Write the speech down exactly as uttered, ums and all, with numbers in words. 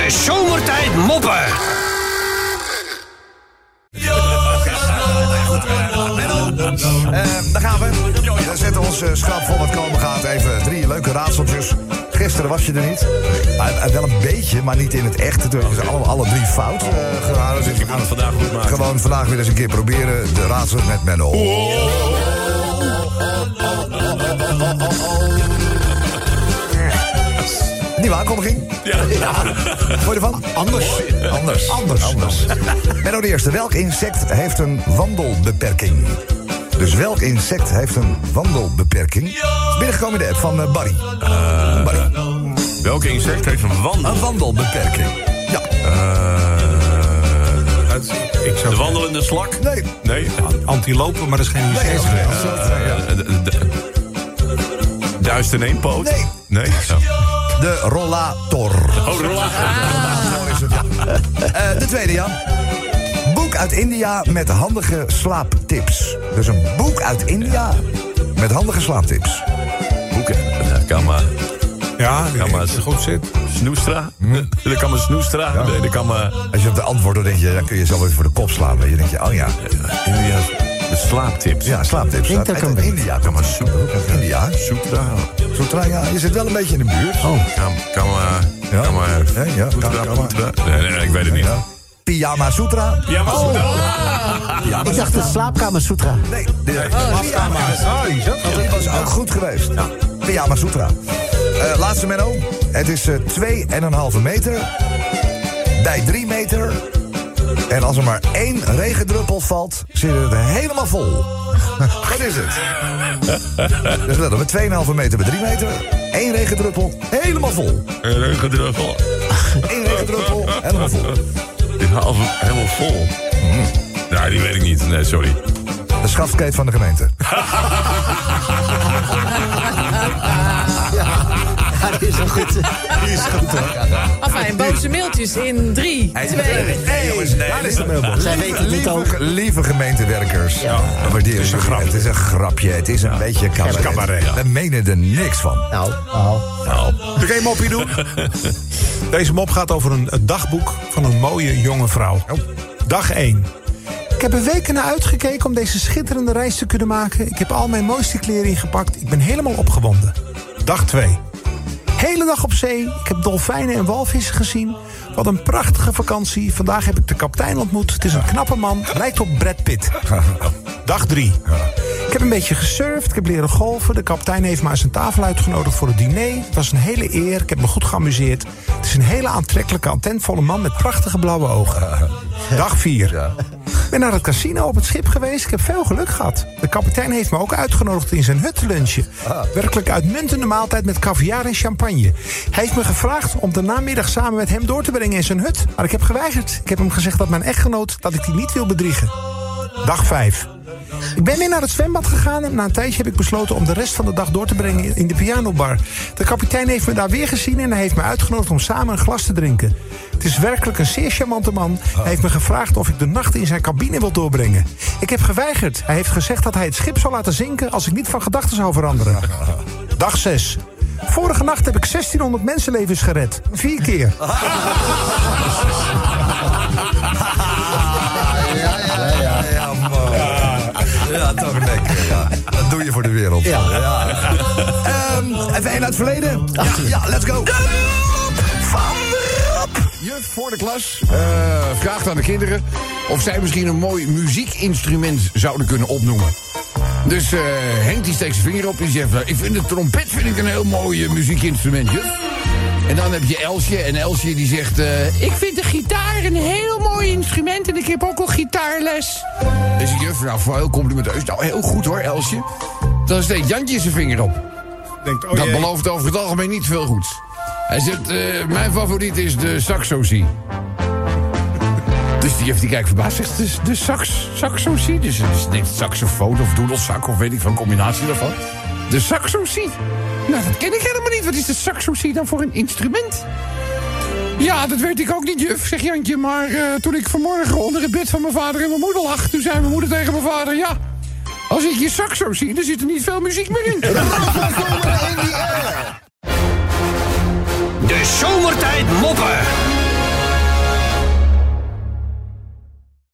De zomertijd moppen. Uh, daar gaan we. We zetten ons uh, schrap vol wat komen gaat. Even drie leuke raadseltjes. Gisteren was je er niet. Uh, uh, wel een beetje, maar niet in het echt. Toen hebben ze alle, alle drie fout uh, gehouden. Dus we gaan het vandaag goed maken. Gewoon vandaag weer eens een keer proberen. De raadsels met Menno. Nieuwe aankondiging? Ja. ja. Vond je ervan? Anders. Anders. Anders. Anders. Menno de eerste. Welk insect heeft een wandelbeperking? Dus welk insect heeft een wandelbeperking? Binnengekomen in de app van uh, Barry. Uh, Barry. Welk insect heeft een wandel? Een wandelbeperking. Ja. Uh, ik zou de wandelende slak? Nee. Nee. Antilopen, maar dat is geen insect. Nee, uh, uh, de, de, duist in één poot? Nee. Nee? Oh. De rollator. Oh, rollator. Ah. Is het, ja. uh, de tweede, Jan. Boek uit India met handige slaaptips. Dus een boek uit India met handige slaaptips. Boeken? Ja, kan maar. Ja, kan maar. Als het goed zit. Snoestra? Hm? Dat kan maar Snoestra. Ja. Nee, dat kan maar. Als je op de antwoord dan denk je, dan kun je zelf even voor de kop slaan. Dan denk je, oh ja. India, de slaaptips. Ja, slaaptips. Denk dat uit India. Kan maar India. Sutra. Sutra, ja. Je zit wel een beetje in de buurt. Oh. Kan, kan maar. Ja. Kan maar. Nee, ja. Sutra, Kan, kan Sutra. Nee, nee, nee, ik weet het niet. Ja. Pyjama Sutra. Pyjama Sutra. Oh. Ik dacht de slaapkamer Sutra. Nee, de Pyjama. Dat was ook goed geweest. Ja. Pyjama Sutra. Uh, laatste Menno. Het is uh, twee en een halve meter. Bij drie meter. En als er maar één regendruppel valt, zit het helemaal vol. Wat is het? Dus let op, met twee en een halve meter bij drie meter. Één regendruppel, helemaal vol. Een regendruppel. Eén regendruppel, helemaal vol. Half, helemaal vol. Mm. Nou, die weet ik niet. Nee, sorry. De schaftkate van de gemeente. Ja, dat is wel goed. Die is goed, hoor. Enfin, boze mailtjes in drie, Hey, twee... nee, nee, jongens, nee. Daar is de mailbox. Zij weten het niet ook. Lieve, lieve gemeentewerkers. Ja. We waarderen het. Het is een grapje. Het is een ja. beetje cabaret. cabaret, ja. We menen er niks van. Nou, nou. Nou. Kun je een mopje doen? Deze mop gaat over een, een dagboek van een mooie jonge vrouw. Oh. Dag één. Ik heb er weken naar uitgekeken om deze schitterende reis te kunnen maken. Ik heb al mijn mooiste kleren ingepakt. Ik ben helemaal opgewonden. Dag twee. Hele dag op zee. Ik heb dolfijnen en walvissen gezien. Wat een prachtige vakantie. Vandaag heb ik de kapitein ontmoet. Het is een knappe man. Lijkt op Brad Pitt. Dag drie. Ik heb een beetje gesurfd. Ik heb leren golfen. De kapitein heeft me aan zijn tafel uitgenodigd voor het diner. Het was een hele eer. Ik heb me goed geamuseerd. Het is een hele aantrekkelijke, attentvolle man met prachtige blauwe ogen. Dag vier. Ik ben naar het casino op het schip geweest. Ik heb veel geluk gehad. De kapitein heeft me ook uitgenodigd in zijn hut te lunchen. Werkelijk uitmuntende maaltijd met caviar en champagne. Hij heeft me gevraagd om de namiddag samen met hem door te brengen in zijn hut. Maar ik heb geweigerd. Ik heb hem gezegd dat mijn echtgenoot dat ik die niet wil bedriegen. Dag vijf. Ik ben weer naar het zwembad gegaan en na een tijdje heb ik besloten om de rest van de dag door te brengen in de pianobar. De kapitein heeft me daar weer gezien en hij heeft me uitgenodigd om samen een glas te drinken. Het is werkelijk een zeer charmante man. Hij heeft me gevraagd of ik de nacht in zijn cabine wil doorbrengen. Ik heb geweigerd. Hij heeft gezegd dat hij het schip zou laten zinken als ik niet van gedachten zou veranderen. Dag zes. Vorige nacht heb ik zestienhonderd mensenlevens gered. Vier keer. Ja, ja, ja, ja, man. Ja, toch lekker, ja. Dat doe je voor de wereld. Ja. ja. Um, even één uit het verleden. Ja, ja, let's go. Van Juf voor de klas uh, vraagt aan de kinderen of zij misschien een mooi muziekinstrument zouden kunnen opnoemen. Dus uh, Henk die steekt zijn vinger op en zegt, ik vind de trompet vind ik een heel mooi uh, muziekinstrument, juf. En dan heb je Elsje en Elsje die zegt, uh, ik vind de gitaar een heel mooi instrument en ik heb ook al gitaarles. Dus de juf, nou voor heel complimenteus, nou heel goed hoor Elsje. Dan steekt Jantje zijn vinger op. Denkt, oh dat jee. belooft over het algemeen niet veel goeds. Hij zegt, uh, mijn favoriet is de saxosie. Dus die juf die kijkt verbaasd, zegt, dus de sax, saxosie? Dus het is saxofoon of doedelzak of weet ik van, combinatie daarvan. De saxosie? Nou, dat ken ik helemaal niet. Wat is de saxosie dan voor een instrument? Ja, dat weet ik ook niet, juf, zegt Jantje. Maar uh, toen ik vanmorgen onder het bed van mijn vader en mijn moeder lag, toen zei mijn moeder tegen mijn vader, ja, als ik je saxo zie, dan zit er niet veel muziek meer in. De zomertijd moppen.